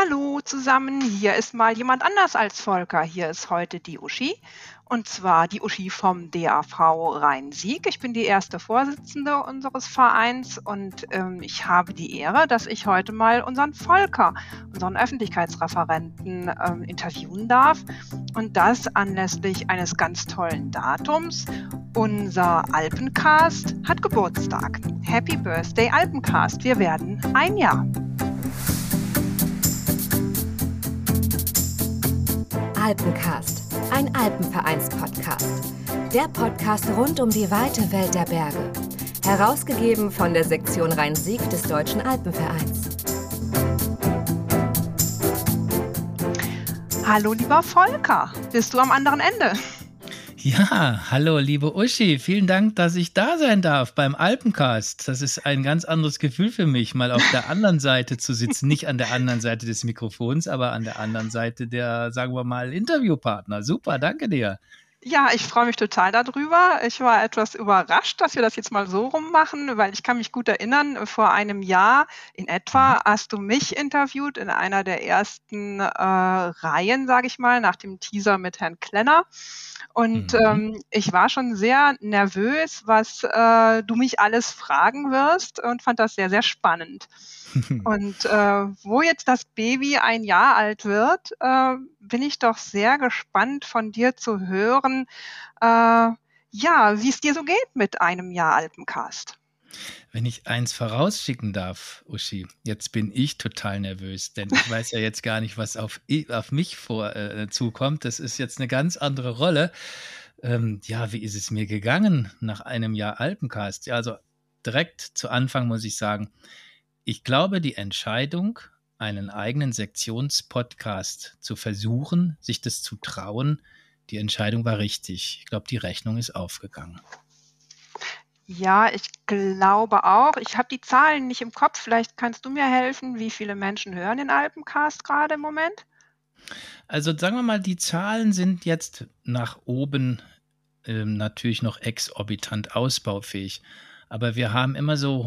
Hallo zusammen, hier ist mal jemand anders als Volker. Hier ist heute die Uschi, und zwar die Uschi vom DAV Rhein-Sieg. Ich bin die erste Vorsitzende unseres Vereins und ich habe die Ehre, dass ich heute mal unseren Volker, unseren Öffentlichkeitsreferenten, interviewen darf. Und das anlässlich eines ganz tollen Datums. Unser Alpencast hat Geburtstag. Happy Birthday Alpencast, wir werden ein Jahr. Alpencast, ein Alpenvereins-Podcast. Der Podcast rund um die weite Welt der Berge. Herausgegeben von der Sektion Rhein-Sieg des Deutschen Alpenvereins. Hallo lieber Volker, bist du am anderen Ende? Ja, hallo liebe Uschi, vielen Dank, dass ich da sein darf beim Alpencast. Das ist ein ganz anderes Gefühl für mich, mal auf der anderen Seite zu sitzen, nicht an der anderen Seite des Mikrofons, aber an der anderen Seite der, sagen wir mal, Interviewpartner. Super, danke dir. Ja, ich freue mich total darüber. Ich war etwas überrascht, dass wir das jetzt mal so rummachen, weil ich kann mich gut erinnern, vor einem Jahr in etwa hast du mich interviewt in einer der ersten Reihen, sage ich mal, nach dem Teaser mit Herrn Klenner. Und ich war schon sehr nervös, was du mich alles fragen wirst, und fand das sehr, sehr spannend. Und wo jetzt das Baby ein Jahr alt wird, bin ich doch sehr gespannt von dir zu hören, wie es dir so geht mit einem Jahr Alpencast. Wenn ich eins vorausschicken darf, Uschi, jetzt bin ich total nervös, denn ich weiß ja jetzt gar nicht, was auf mich zukommt. Das ist jetzt eine ganz andere Rolle. Wie ist es mir gegangen nach einem Jahr Alpencast? Ja, also direkt zu Anfang muss ich sagen, ich glaube, die Entscheidung, einen eigenen Sektionspodcast zu versuchen, sich das zu trauen, die Entscheidung war richtig. Ich glaube, die Rechnung ist aufgegangen. Ja, ich glaube auch. Ich habe die Zahlen nicht im Kopf. Vielleicht kannst du mir helfen, wie viele Menschen hören den Alpencast gerade im Moment? Also sagen wir mal, die Zahlen sind jetzt nach oben natürlich noch exorbitant ausbaufähig. Aber wir haben immer so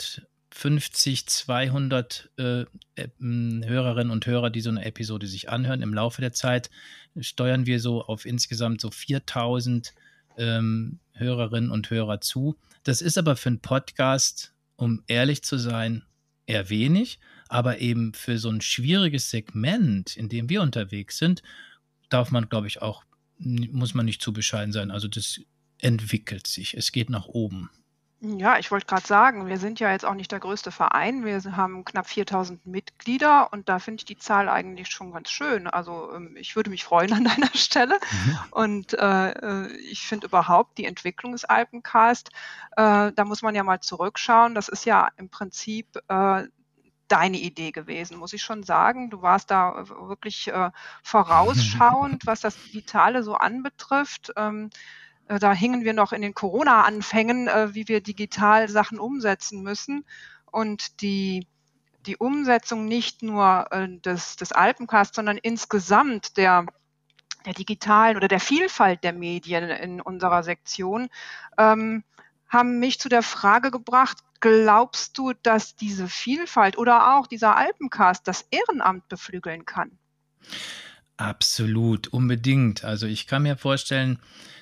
150, 200 Hörerinnen und Hörer, die so eine Episode sich anhören. Im Laufe der Zeit steuern wir so auf insgesamt so 4000 Hörerinnen und Hörer zu. Das ist aber für einen Podcast, um ehrlich zu sein, eher wenig, aber eben für so ein schwieriges Segment, in dem wir unterwegs sind, darf man, glaube ich, auch, muss man nicht zu bescheiden sein. Also das entwickelt sich, es geht nach oben. Ja, ich wollte gerade sagen, wir sind ja jetzt auch nicht der größte Verein. Wir haben knapp 4000 Mitglieder, und da finde ich die Zahl eigentlich schon ganz schön. Also ich würde mich freuen an deiner Stelle. Und ich finde überhaupt die Entwicklung des Alpencast, da muss man ja mal zurückschauen. Das ist ja im Prinzip deine Idee gewesen, muss ich schon sagen. Du warst da wirklich vorausschauend, was das Digitale so anbetrifft. Da hingen wir noch in den Corona-Anfängen, wie wir digital Sachen umsetzen müssen. Und die Umsetzung nicht nur des Alpencasts, sondern insgesamt der digitalen oder der Vielfalt der Medien in unserer Sektion, haben mich zu der Frage gebracht: Glaubst du, dass diese Vielfalt oder auch dieser Alpencast das Ehrenamt beflügeln kann? Absolut, unbedingt. Also ich kann mir vorstellen,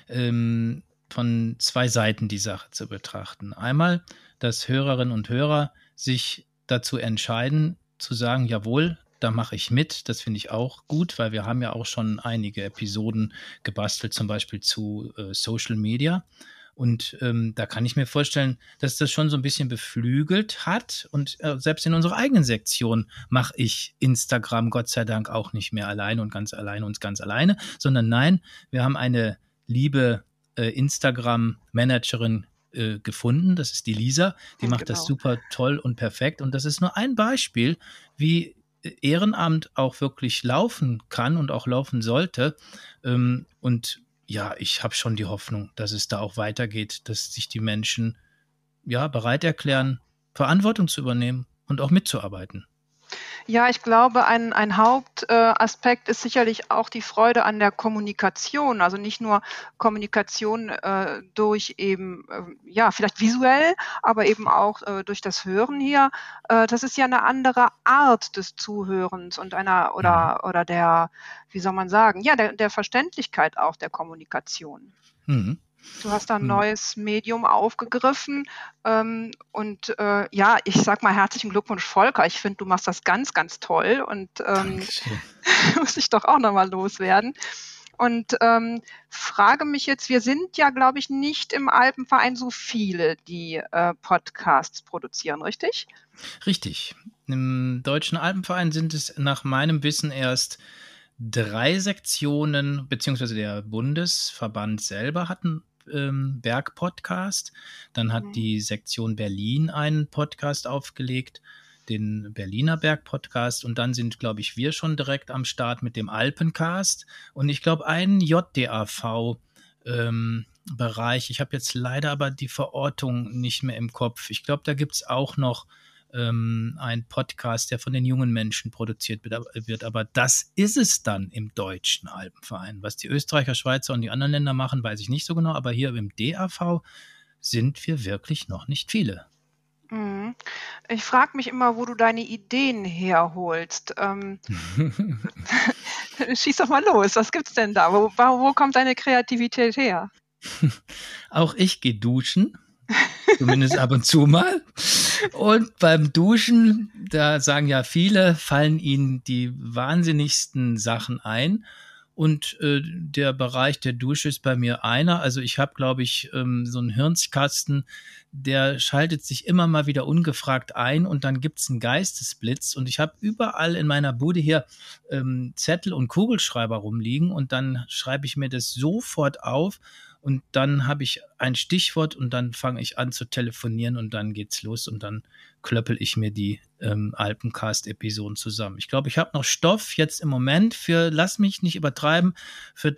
von zwei Seiten die Sache zu betrachten. Einmal, dass Hörerinnen und Hörer sich dazu entscheiden, zu sagen, jawohl, da mache ich mit. Das finde ich auch gut, weil wir haben ja auch schon einige Episoden gebastelt, zum Beispiel zu Social Media. Und da kann ich mir vorstellen, dass das schon so ein bisschen beflügelt hat. Und selbst in unserer eigenen Sektion mache ich Instagram Gott sei Dank auch nicht mehr alleine und ganz alleine, sondern nein, wir haben eine liebe Instagram-Managerin gefunden. Das ist die Lisa. Die macht das super toll und perfekt. Und das ist nur ein Beispiel, wie Ehrenamt auch wirklich laufen kann und auch laufen sollte. Und ja, ich habe schon die Hoffnung, dass es da auch weitergeht, dass sich die Menschen bereit erklären, Verantwortung zu übernehmen und auch mitzuarbeiten. Ja, ich glaube, ein Hauptaspekt ist sicherlich auch die Freude an der Kommunikation. Also nicht nur Kommunikation durch eben, ja, vielleicht visuell, aber eben auch durch das Hören hier. Das ist ja eine andere Art des Zuhörens und Mhm. oder der, wie soll man sagen, ja, der Verständlichkeit auch der Kommunikation. Mhm. Du hast da 'n Mhm. neues Medium aufgegriffen, ja, ich sage mal herzlichen Glückwunsch, Volker. Ich finde, du machst das ganz, ganz toll und, Dankeschön. muss ich doch auch noch mal loswerden. Und, frage mich jetzt, wir sind ja, glaube ich, nicht im Alpenverein so viele, die, Podcasts produzieren, richtig? Richtig. Im Deutschen Alpenverein sind es nach meinem Wissen erst 3 Sektionen, beziehungsweise der Bundesverband selber hat 'n, Bergpodcast. Dann hat Mhm. die Sektion Berlin einen Podcast aufgelegt, den Berliner Bergpodcast. Und dann sind, glaube ich, wir schon direkt am Start mit dem Alpencast. Und ich glaube, ein JDAV, Bereich. Ich habe jetzt leider aber die Verortung nicht mehr im Kopf. Ich glaube, da gibt's auch noch ein Podcast, der von den jungen Menschen produziert wird. Aber das ist es dann im Deutschen Alpenverein. Was die Österreicher, Schweizer und die anderen Länder machen, weiß ich nicht so genau. Aber hier im DAV sind wir wirklich noch nicht viele. Mhm. Ich frage mich immer, wo du deine Ideen herholst. Schieß doch mal los. Was gibt's denn da? Wo kommt deine Kreativität her? Auch ich gehe duschen, zumindest ab und zu mal. Und beim Duschen, da sagen ja viele, fallen ihnen die wahnsinnigsten Sachen ein. Und der Bereich der Dusche ist bei mir einer. Also ich habe, glaube ich, so einen Hirnskasten, der schaltet sich immer mal wieder ungefragt ein und dann gibt's einen Geistesblitz. Und ich habe überall in meiner Bude hier Zettel und Kugelschreiber rumliegen und dann schreibe ich mir das sofort auf und dann habe ich ein Stichwort und dann fange ich an zu telefonieren und dann geht's los und dann klöppel ich mir die Alpencast-Episoden zusammen. Ich glaube, ich habe noch Stoff jetzt im Moment für, lass mich nicht übertreiben, für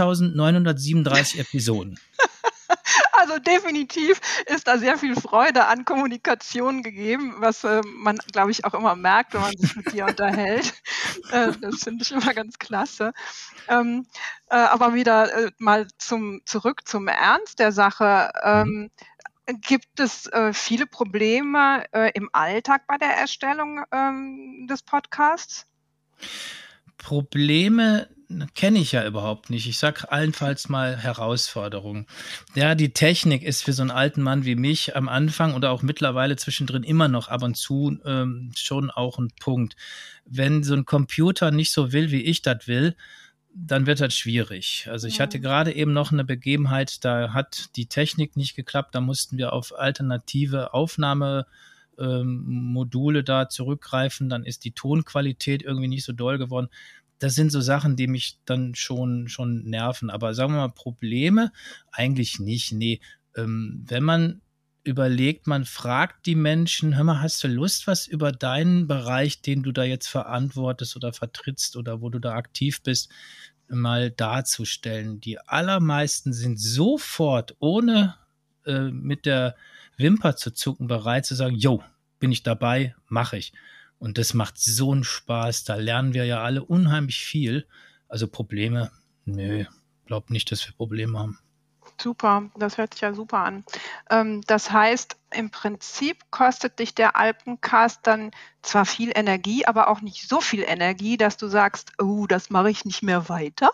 3937 Episoden. Also definitiv ist da sehr viel Freude an Kommunikation gegeben, was man, glaube ich, auch immer merkt, wenn man sich mit dir unterhält. Das finde ich immer ganz klasse. Ähm, aber wieder mal zurück zum Ernst der Sache. Mhm. Gibt es viele Probleme im Alltag bei der Erstellung des Podcasts? Probleme kenne ich ja überhaupt nicht. Ich sage allenfalls mal Herausforderungen. Ja, die Technik ist für so einen alten Mann wie mich am Anfang oder auch mittlerweile zwischendrin immer noch ab und zu schon auch ein Punkt. Wenn so ein Computer nicht so will, wie ich das will, dann wird das schwierig. Also ich hatte Mhm. gerade eben noch eine Begebenheit, da hat die Technik nicht geklappt, da mussten wir auf alternative Aufnahmemodule da zurückgreifen, dann ist die Tonqualität irgendwie nicht so doll geworden. Das sind so Sachen, die mich dann schon nerven. Aber sagen wir mal, Probleme eigentlich nicht. Nee, wenn man überlegt, man fragt die Menschen, hör mal, hast du Lust, was über deinen Bereich, den du da jetzt verantwortest oder vertrittst oder wo du da aktiv bist, mal darzustellen? Die allermeisten sind sofort, ohne mit der Wimper zu zucken, bereit zu sagen, jo, bin ich dabei, mache ich. Und das macht so einen Spaß. Da lernen wir ja alle unheimlich viel. Also Probleme, nö, glaub nicht, dass wir Probleme haben. Super, das hört sich ja super an. Das heißt, im Prinzip kostet dich der Alpencast dann zwar viel Energie, aber auch nicht so viel Energie, dass du sagst: „Oh, das mache ich nicht mehr weiter?“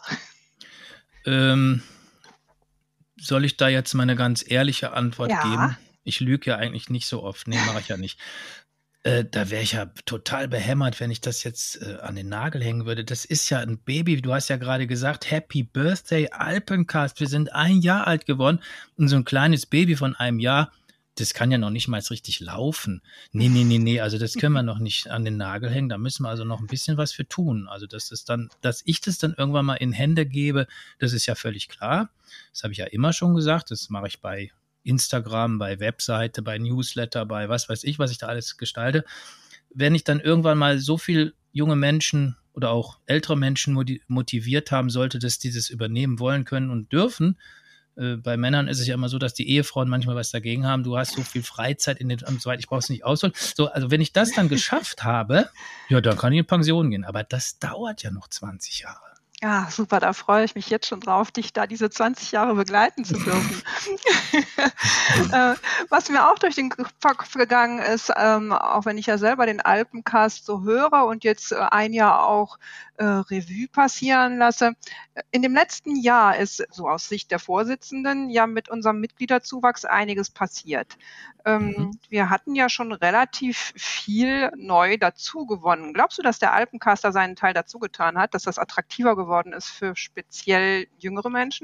Ähm, soll ich da jetzt meine ganz ehrliche Antwort Ja. geben? Ich lüge ja eigentlich nicht so oft. Nee, mache ich ja nicht. Da wäre ich ja total behämmert, wenn ich das jetzt an den Nagel hängen würde. Das ist ja ein Baby. Du hast ja gerade gesagt, Happy Birthday Alpencast. Wir sind 1 Jahr alt geworden und so ein kleines Baby von einem Jahr, das kann ja noch nicht mal richtig laufen. Nee. Also das können wir noch nicht an den Nagel hängen. Da müssen wir also noch ein bisschen was für tun. Also das ist dann, dass ich das dann irgendwann mal in Hände gebe, das ist ja völlig klar. Das habe ich ja immer schon gesagt. Das mache ich bei Instagram, bei Webseite, bei Newsletter, bei was weiß ich, was ich da alles gestalte. Wenn ich dann irgendwann mal so viel junge Menschen oder auch ältere Menschen motiviert haben sollte, dass die das übernehmen wollen können und dürfen, Bei Männern ist es ja immer so, dass die Ehefrauen manchmal was dagegen haben. Du hast so viel Freizeit und so weiter, ich brauche es nicht ausholen. So, also wenn ich das dann geschafft habe, ja, dann kann ich in Pension gehen. Aber das dauert ja noch 20 Jahre. Ja, super, da freue ich mich jetzt schon drauf, dich da diese 20 Jahre begleiten zu dürfen. Was mir auch durch den Kopf gegangen ist, auch wenn ich ja selber den Alpencast so höre und jetzt ein Jahr auch Revue passieren lasse. In dem letzten Jahr ist, so aus Sicht der Vorsitzenden, ja mit unserem Mitgliederzuwachs einiges passiert. Wir hatten ja schon relativ viel neu dazu gewonnen. Glaubst du, dass der Alpencast da seinen Teil dazu getan hat, dass das attraktiver geworden ist für speziell jüngere Menschen?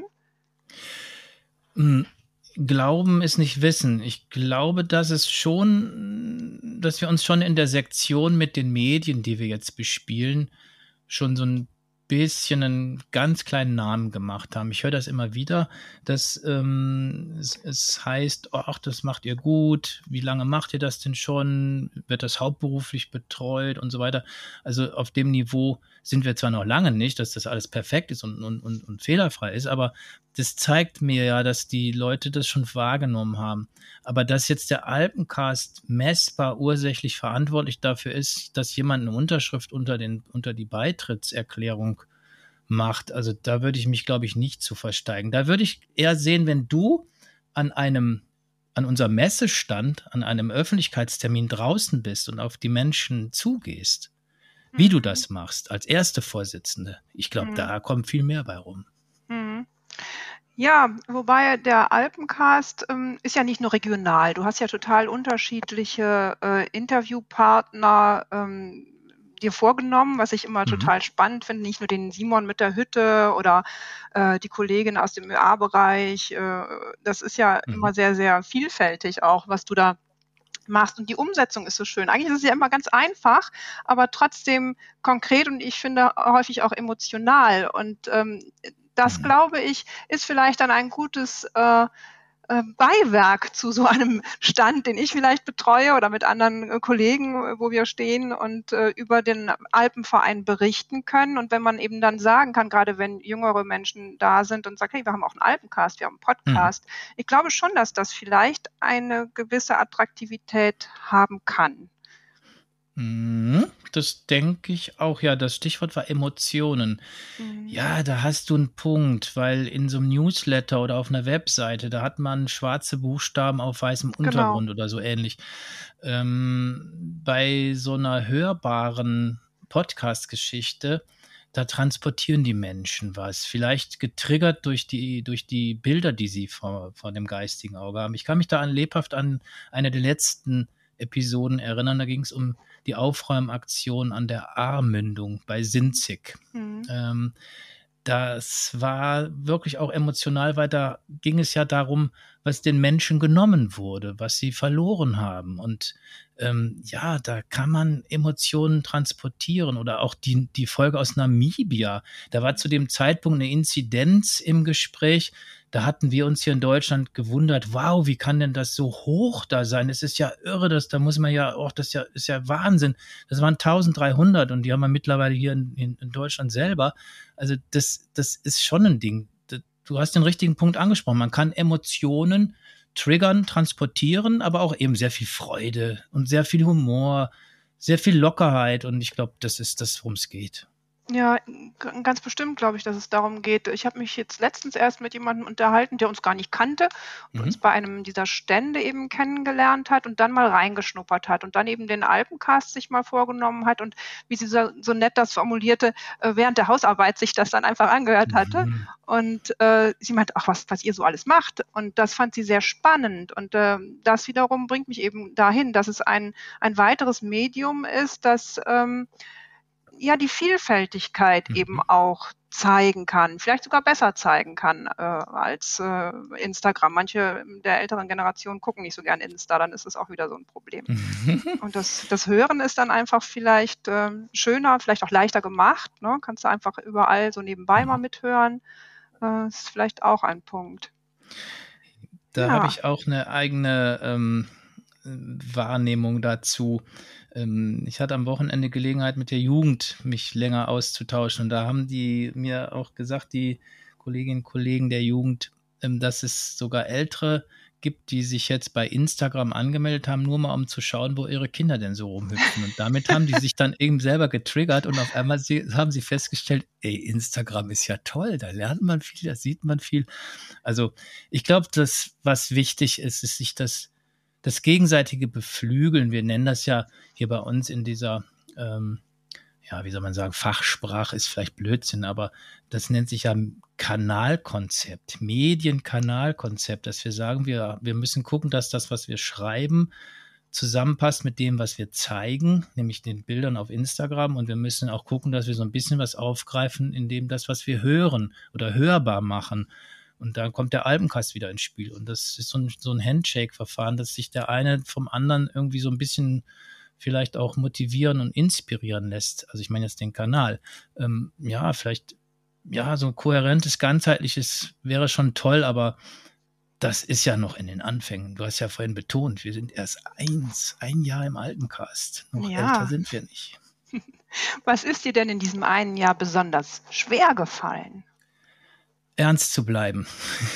Glauben ist nicht Wissen. Ich glaube, dass wir uns schon in der Sektion mit den Medien, die wir jetzt bespielen, schon so ein bisschen einen ganz kleinen Namen gemacht haben. Ich höre das immer wieder, dass es heißt, ach, das macht ihr gut, wie lange macht ihr das denn schon, wird das hauptberuflich betreut und so weiter. Also auf dem Niveau sind wir zwar noch lange nicht, dass das alles perfekt ist und fehlerfrei ist, aber das zeigt mir ja, dass die Leute das schon wahrgenommen haben. Aber dass jetzt der Alpencast messbar ursächlich verantwortlich dafür ist, dass jemand eine Unterschrift unter die Beitrittserklärung macht, also da würde ich mich, glaube ich, nicht zu versteigen. Da würde ich eher sehen, wenn du an unserem Messestand, an einem Öffentlichkeitstermin draußen bist und auf die Menschen zugehst, wie du das machst als erste Vorsitzende. Ich glaube, da kommt viel mehr bei rum. Ja, wobei der Alpencast ist ja nicht nur regional. Du hast ja total unterschiedliche Interviewpartner dir vorgenommen, was ich immer total spannend finde. Nicht nur den Simon mit der Hütte oder die Kollegin aus dem ÖA-Bereich. Das ist ja immer sehr, sehr vielfältig auch, was du da machst. Und die Umsetzung ist so schön. Eigentlich ist es ja immer ganz einfach, aber trotzdem konkret und ich finde häufig auch emotional. Und das, glaube ich, ist vielleicht dann ein gutes Beiwerk zu so einem Stand, den ich vielleicht betreue oder mit anderen Kollegen, wo wir stehen und über den Alpenverein berichten können. Und wenn man eben dann sagen kann, gerade wenn jüngere Menschen da sind und sagen, hey, wir haben auch einen Alpencast, wir haben einen Podcast. Ich glaube schon, dass das vielleicht eine gewisse Attraktivität haben kann. Das denke ich auch, ja. Das Stichwort war Emotionen. Ja, da hast du einen Punkt, weil in so einem Newsletter oder auf einer Webseite, da hat man schwarze Buchstaben auf weißem Untergrund oder so ähnlich. Bei so einer hörbaren Podcast-Geschichte, da transportieren die Menschen was. Vielleicht getriggert durch die Bilder, die sie vor dem geistigen Auge haben. Ich kann mich da lebhaft an eine der letzten Episoden erinnern. Da ging es um die Aufräumaktion an der Ahrmündung bei Sinzig. Das war wirklich auch emotional, weil da ging es ja darum, was den Menschen genommen wurde, was sie verloren haben. Und ja, da kann man Emotionen transportieren. Oder auch die Folge aus Namibia. Da war zu dem Zeitpunkt eine Inzidenz im Gespräch. Da hatten wir uns hier in Deutschland gewundert, wow, wie kann denn das so hoch da sein? Es ist ja irre, da muss man ja auch, das ist ja Wahnsinn. Das waren 1300 und die haben wir mittlerweile hier in Deutschland selber. Also das ist schon ein Ding. Du hast den richtigen Punkt angesprochen. Man kann Emotionen triggern, transportieren, aber auch eben sehr viel Freude und sehr viel Humor, sehr viel Lockerheit. Und ich glaube, das ist das, worum es geht. Ja, ganz bestimmt glaube ich, dass es darum geht. Ich habe mich jetzt letztens erst mit jemandem unterhalten, der uns gar nicht kannte und uns bei einem dieser Stände eben kennengelernt hat und dann mal reingeschnuppert hat und dann eben den Alpencast sich mal vorgenommen hat und wie sie so nett das formulierte, während der Hausarbeit sich das dann einfach angehört hatte. Und sie meinte, ach, was ihr so alles macht. Und das fand sie sehr spannend. Und das wiederum bringt mich eben dahin, dass es ein weiteres Medium ist, das ja die Vielfältigkeit eben auch zeigen kann, vielleicht sogar besser zeigen kann als Instagram. Manche der älteren Generation gucken nicht so gern Insta, dann ist es auch wieder so ein Problem. Und das Hören ist dann einfach vielleicht schöner, vielleicht auch leichter gemacht. Ne? Kannst du einfach überall so nebenbei mal mithören. Ist vielleicht auch ein Punkt. Da habe ich auch eine eigene Wahrnehmung dazu. Ich hatte am Wochenende Gelegenheit, mit der Jugend mich länger auszutauschen. Und da haben die mir auch gesagt, die Kolleginnen und Kollegen der Jugend, dass es sogar Ältere gibt, die sich jetzt bei Instagram angemeldet haben, nur mal um zu schauen, wo ihre Kinder denn so rumhüpfen. Und damit haben die sich dann eben selber getriggert und auf einmal haben sie festgestellt, ey, Instagram ist ja toll, da lernt man viel, da sieht man viel. Also ich glaube, was wichtig ist, ist sich das gegenseitige Beflügeln. Wir nennen das ja hier bei uns in dieser wie soll man sagen, Fachsprache ist vielleicht Blödsinn, aber das nennt sich ja Kanalkonzept, Medienkanalkonzept, dass wir sagen, wir müssen gucken, dass das, was wir schreiben, zusammenpasst mit dem, was wir zeigen, nämlich den Bildern auf Instagram, und wir müssen auch gucken, dass wir so ein bisschen was aufgreifen, indem das, was wir hören oder hörbar machen. Und da kommt der Alpencast wieder ins Spiel. Und das ist so ein Handshake-Verfahren, dass sich der eine vom anderen irgendwie so ein bisschen vielleicht auch motivieren und inspirieren lässt. Also ich meine jetzt den Kanal. Vielleicht, so ein kohärentes, ganzheitliches wäre schon toll, aber das ist ja noch in den Anfängen. Du hast ja vorhin betont, wir sind erst ein Jahr im Alpencast. Noch älter sind wir nicht. Was ist dir denn in diesem einen Jahr besonders schwer gefallen? Ernst zu bleiben.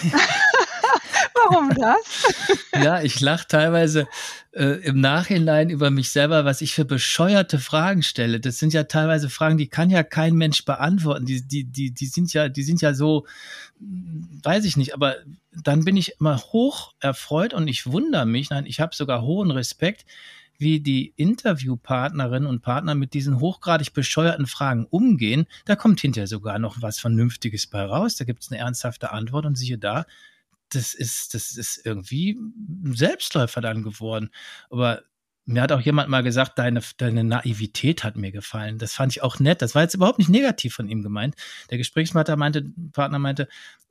Warum das? Ja, ich lache teilweise im Nachhinein über mich selber, was ich für bescheuerte Fragen stelle. Das sind ja teilweise Fragen, die kann ja kein Mensch beantworten. Die sind ja so, weiß ich nicht, aber dann bin ich immer hoch erfreut und ich wundere mich, nein, ich habe sogar hohen Respekt, wie die Interviewpartnerinnen und Partner mit diesen hochgradig bescheuerten Fragen umgehen. Da kommt hinterher sogar noch was Vernünftiges bei raus. Da gibt es eine ernsthafte Antwort und siehe da, das ist irgendwie ein Selbstläufer dann geworden. Aber mir hat auch jemand mal gesagt, deine Naivität hat mir gefallen. Das fand ich auch nett. Das war jetzt überhaupt nicht negativ von ihm gemeint. Der Gesprächspartner meinte,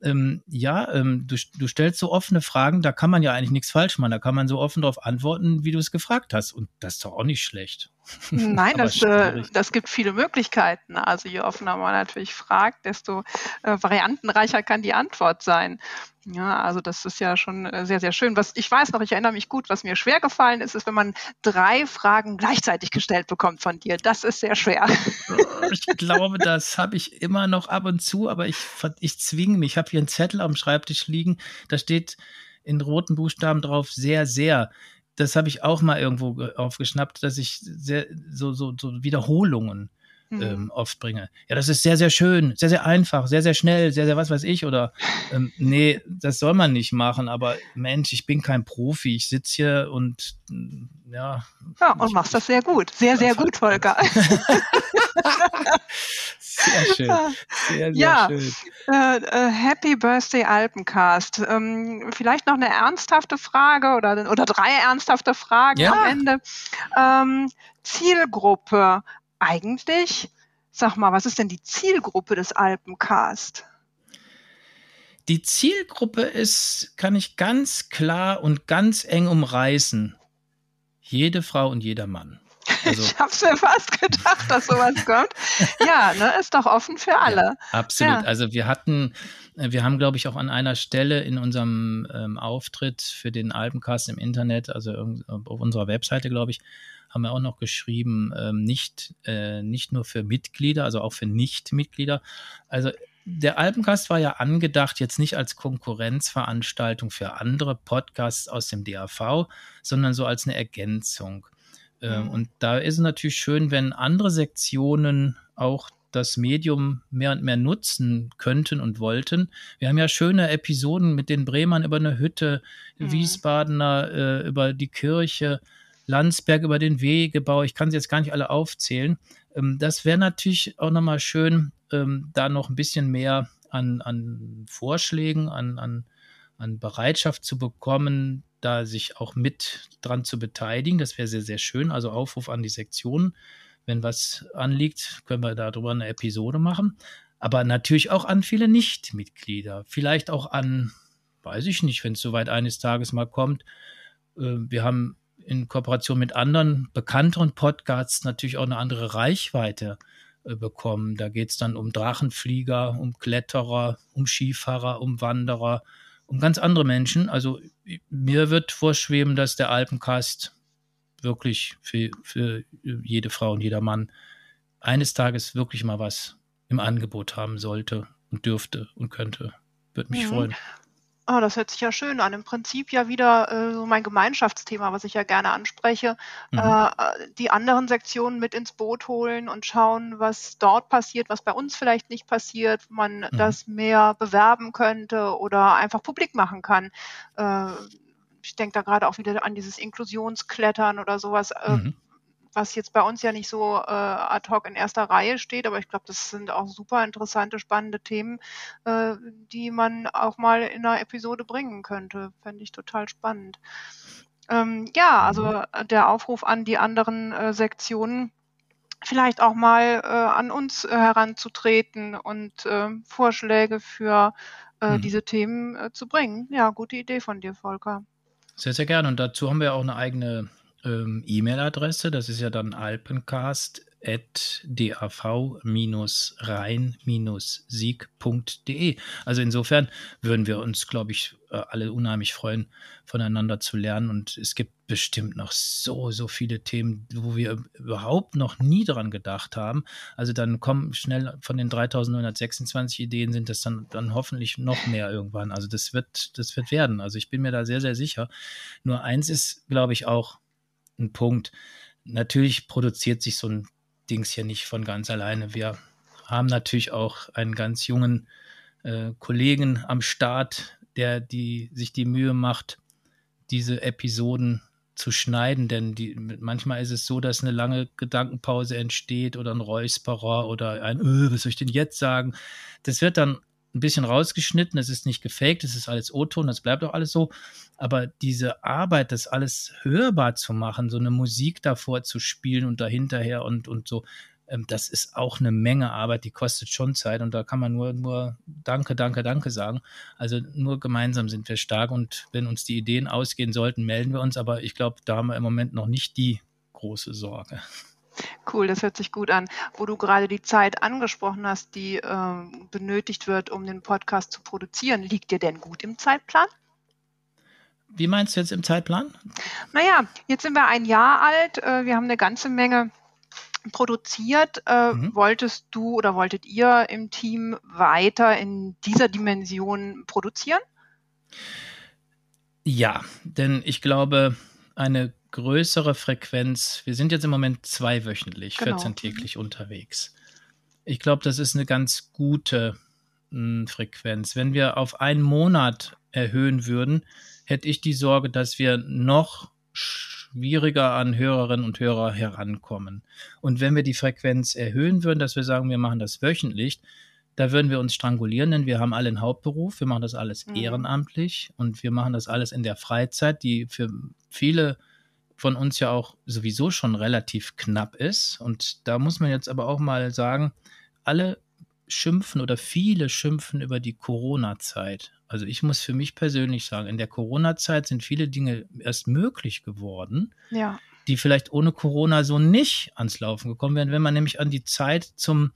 du stellst so offene Fragen, da kann man ja eigentlich nichts falsch machen. Da kann man so offen darauf antworten, wie du es gefragt hast. Und das ist doch auch nicht schlecht. Nein, das gibt viele Möglichkeiten. Also je offener man natürlich fragt, desto variantenreicher kann die Antwort sein. Ja, also das ist ja schon sehr, sehr schön. Ich erinnere mich gut, was mir schwer gefallen ist, wenn man 3 Fragen gleichzeitig gestellt bekommt von dir. Das ist sehr schwer. Ich glaube, das habe ich immer noch ab und zu, aber ich zwinge mich. Ich habe hier einen Zettel am Schreibtisch liegen, da steht in roten Buchstaben drauf, sehr, sehr. Das habe ich auch mal irgendwo aufgeschnappt, dass ich so Wiederholungen oft bringe. Ja, das ist sehr, sehr schön, sehr, sehr einfach, sehr, sehr schnell, sehr, sehr was weiß ich. Oder nee, das soll man nicht machen. Aber Mensch, ich bin kein Profi. Ich sitze hier und Ja, und machst das sehr gut. Sehr, sehr gut, Volker. Sehr schön. Sehr, sehr schön. Happy Birthday Alpencast. Vielleicht noch eine ernsthafte Frage oder 3 ernsthafte Fragen am Ende. Zielgruppe. Eigentlich, sag mal, was ist denn die Zielgruppe des Alpencast? Die Zielgruppe kann ich ganz klar und ganz eng umreißen. Jede Frau und jeder Mann. Also, ich habe es mir fast gedacht, dass sowas kommt. Ja, ne, ist doch offen für alle. Ja, absolut. Ja. Also wir haben, glaube ich, auch an einer Stelle in unserem Auftritt für den Alpencast im Internet, also auf unserer Webseite, glaube ich, haben wir auch noch geschrieben, nicht nur für Mitglieder, also auch für Nicht-Mitglieder. Also der Alpencast war ja angedacht, jetzt nicht als Konkurrenzveranstaltung für andere Podcasts aus dem DAV, sondern so als eine Ergänzung. Und da ist es natürlich schön, wenn andere Sektionen auch das Medium mehr und mehr nutzen könnten und wollten. Wir haben ja schöne Episoden mit den Bremern über eine Hütte, Wiesbadener über die Kirche, Landsberg über den Wegebau. Ich kann sie jetzt gar nicht alle aufzählen. Das wäre natürlich auch nochmal schön, da noch ein bisschen mehr an Vorschlägen, an Bereitschaft zu bekommen, da sich auch mit dran zu beteiligen. Das wäre sehr, sehr schön. Also Aufruf an die Sektionen. Wenn was anliegt, können wir darüber eine Episode machen. Aber natürlich auch an viele Nichtmitglieder. Vielleicht auch an, weiß ich nicht, wenn es soweit eines Tages mal kommt. Wir haben in Kooperation mit anderen bekannteren Podcasts natürlich auch eine andere Reichweite bekommen. Da geht es dann um Drachenflieger, um Kletterer, um Skifahrer, um Wanderer, um ganz andere Menschen. Also mir wird vorschweben, dass der Alpencast wirklich für jede Frau und jeder Mann eines Tages wirklich mal was im Angebot haben sollte und dürfte und könnte. Würde mich freuen. Oh, das hört sich ja schön an. Im Prinzip ja wieder so mein Gemeinschaftsthema, was ich ja gerne anspreche. Mhm. Die anderen Sektionen mit ins Boot holen und schauen, was dort passiert, was bei uns vielleicht nicht passiert, wo man Mhm. das mehr bewerben könnte oder einfach publik machen kann. Äh, Ich denke da gerade auch wieder an dieses Inklusionsklettern oder sowas, Mhm. was jetzt bei uns ja nicht so ad hoc in erster Reihe steht, aber ich glaube, das sind auch super interessante, spannende Themen, äh, die man auch mal in einer Episode bringen könnte. Fände ich total spannend. Ja, also Mhm. der Aufruf an die anderen Sektionen, vielleicht auch mal an uns heranzutreten und Vorschläge für Mhm. diese Themen zu bringen. Ja, gute Idee von dir, Volker. Sehr, sehr gerne. Und dazu haben wir auch eine eigene E-Mail-Adresse. Das ist ja dann alpencast@dav-rhein-sieg.de. Also insofern würden wir uns, glaube ich, alle unheimlich freuen, voneinander zu lernen. Und es gibt bestimmt noch so viele Themen, wo wir überhaupt noch nie dran gedacht haben. Also dann kommen schnell von den 3926 Ideen sind das dann hoffentlich noch mehr irgendwann. Also das wird werden. Also ich bin mir da sehr, sehr sicher. Nur eins ist, glaube ich, auch ein Punkt. Natürlich produziert sich so ein Dings hier nicht von ganz alleine. Wir haben natürlich auch einen ganz jungen Kollegen am Start, der sich die Mühe macht, diese Episoden zu schneiden, denn manchmal ist es so, dass eine lange Gedankenpause entsteht oder ein Räusperer oder was soll ich denn jetzt sagen? Das wird dann ein bisschen rausgeschnitten, es ist nicht gefaked, es ist alles O-Ton, das bleibt auch alles so, aber diese Arbeit, das alles hörbar zu machen, so eine Musik davor zu spielen und dahinterher und so, das ist auch eine Menge Arbeit, die kostet schon Zeit und da kann man nur Danke, Danke, Danke sagen. Also nur gemeinsam sind wir stark und wenn uns die Ideen ausgehen sollten, melden wir uns. Aber ich glaube, da haben wir im Moment noch nicht die große Sorge. Cool, das hört sich gut an. Wo du gerade die Zeit angesprochen hast, die benötigt wird, um den Podcast zu produzieren, liegt dir denn gut im Zeitplan? Wie meinst du jetzt im Zeitplan? Naja, jetzt sind wir ein Jahr alt, wir haben eine ganze Menge produziert. Mhm. Wolltest du oder wolltet ihr im Team weiter in dieser Dimension produzieren? Ja, denn ich glaube, eine größere Frequenz, wir sind jetzt im Moment 2-wöchentlich, Genau. 14-täglich unterwegs. Ich glaube, das ist eine ganz gute Frequenz. Wenn wir auf einen Monat erhöhen würden, hätte ich die Sorge, dass wir noch schwieriger an Hörerinnen und Hörer herankommen. Und wenn wir die Frequenz erhöhen würden, dass wir sagen, wir machen das wöchentlich, da würden wir uns strangulieren, denn wir haben alle einen Hauptberuf, wir machen das alles ehrenamtlich und wir machen das alles in der Freizeit, die für viele von uns ja auch sowieso schon relativ knapp ist. Und da muss man jetzt aber auch mal sagen, alle schimpfen oder viele schimpfen über die Corona-Zeit. Also ich muss für mich persönlich sagen, in der Corona-Zeit sind viele Dinge erst möglich geworden, Ja. die vielleicht ohne Corona so nicht ans Laufen gekommen wären, wenn man nämlich an die Zeit zum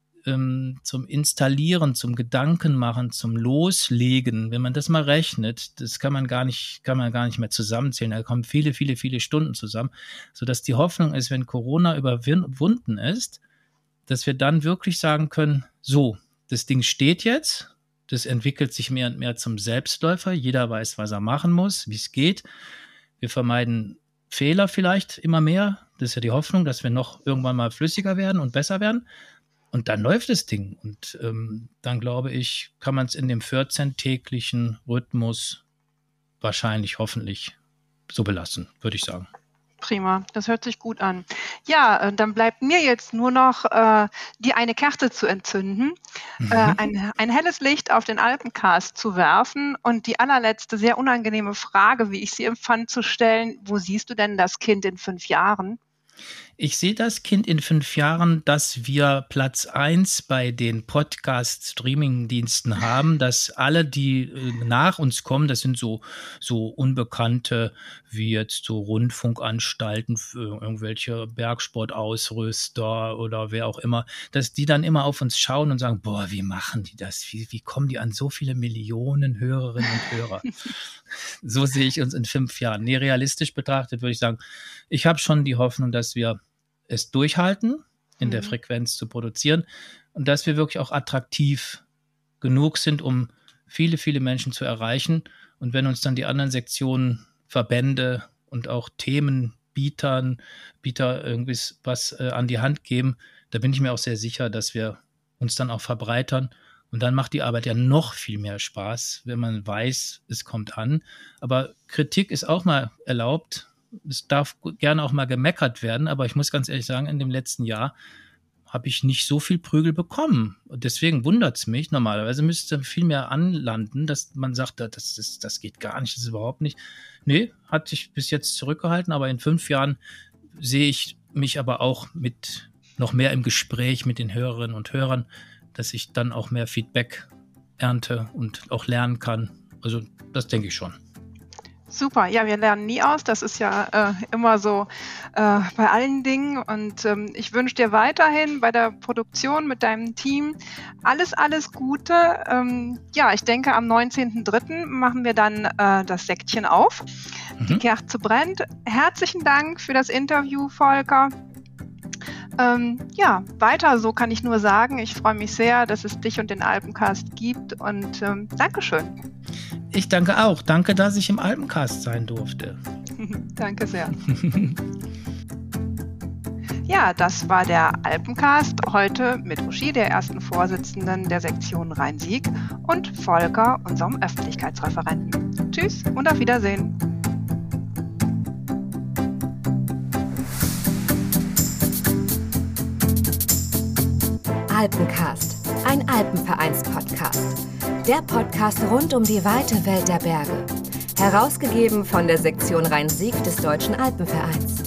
Installieren, zum Gedankenmachen, zum Loslegen, wenn man das mal rechnet, das kann man gar nicht mehr zusammenzählen. Da kommen viele Stunden zusammen, sodass die Hoffnung ist, wenn Corona überwunden ist, dass wir dann wirklich sagen können, so, das Ding steht jetzt, das entwickelt sich mehr und mehr zum Selbstläufer, jeder weiß, was er machen muss, wie es geht. Wir vermeiden Fehler vielleicht immer mehr, das ist ja die Hoffnung, dass wir noch irgendwann mal flüssiger werden und besser werden. Und dann läuft das Ding. Und dann glaube ich, kann man es in dem 14-täglichen Rhythmus wahrscheinlich, hoffentlich so belassen, würde ich sagen. Prima, das hört sich gut an. Ja, dann bleibt mir jetzt nur noch die eine Kerze zu entzünden, ein helles Licht auf den Alpencast zu werfen und die allerletzte sehr unangenehme Frage, wie ich sie empfand, zu stellen: Wo siehst du denn das Kind in 5 Jahren? Ich sehe das Kind in 5 Jahren, dass wir Platz 1 bei den Podcast-Streaming-Diensten haben, dass alle, die nach uns kommen, das sind so Unbekannte wie jetzt so Rundfunkanstalten, für irgendwelche Bergsportausrüster oder wer auch immer, dass die dann immer auf uns schauen und sagen, boah, wie machen die das? Wie kommen die an so viele Millionen Hörerinnen und Hörer? So sehe ich uns in 5 Jahren. Nee, realistisch betrachtet würde ich sagen, ich habe schon die Hoffnung, dass wir es durchhalten, in der Frequenz zu produzieren und dass wir wirklich auch attraktiv genug sind, um viele, viele Menschen zu erreichen. Und wenn uns dann die anderen Sektionen, Verbände und auch Bieter irgendwie was an die Hand geben, da bin ich mir auch sehr sicher, dass wir uns dann auch verbreitern. Und dann macht die Arbeit ja noch viel mehr Spaß, wenn man weiß, es kommt an. Aber Kritik ist auch mal erlaubt. Es darf gerne auch mal gemeckert werden. Aber ich muss ganz ehrlich sagen, in dem letzten Jahr habe ich nicht so viel Prügel bekommen. Und deswegen wundert es mich. Normalerweise müsste viel mehr anlanden, dass man sagt, das geht gar nicht, das ist überhaupt nicht. Nee, hat sich bis jetzt zurückgehalten. Aber in 5 Jahren sehe ich mich aber auch mit noch mehr im Gespräch mit den Hörerinnen und Hörern, dass ich dann auch mehr Feedback ernte und auch lernen kann. Also das denke ich schon. Super, ja, wir lernen nie aus. Das ist ja immer so bei allen Dingen. Und ich wünsche dir weiterhin bei der Produktion mit deinem Team alles Gute. Ja, ich denke, am 19.03. machen wir dann das Säckchen auf. Die Kerze brennt. Herzlichen Dank für das Interview, Volker. Ja, weiter so kann ich nur sagen. Ich freue mich sehr, dass es dich und den Alpencast gibt und Dankeschön. Ich danke auch. Danke, dass ich im Alpencast sein durfte. Danke sehr. Ja, das war der Alpencast heute mit Uschi, der ersten Vorsitzenden der Sektion Rhein-Sieg, und Volker, unserem Öffentlichkeitsreferenten. Tschüss und auf Wiedersehen. Alpencast, ein Alpenvereins-Podcast. Der Podcast rund um die weite Welt der Berge. Herausgegeben von der Sektion Rhein-Sieg des Deutschen Alpenvereins.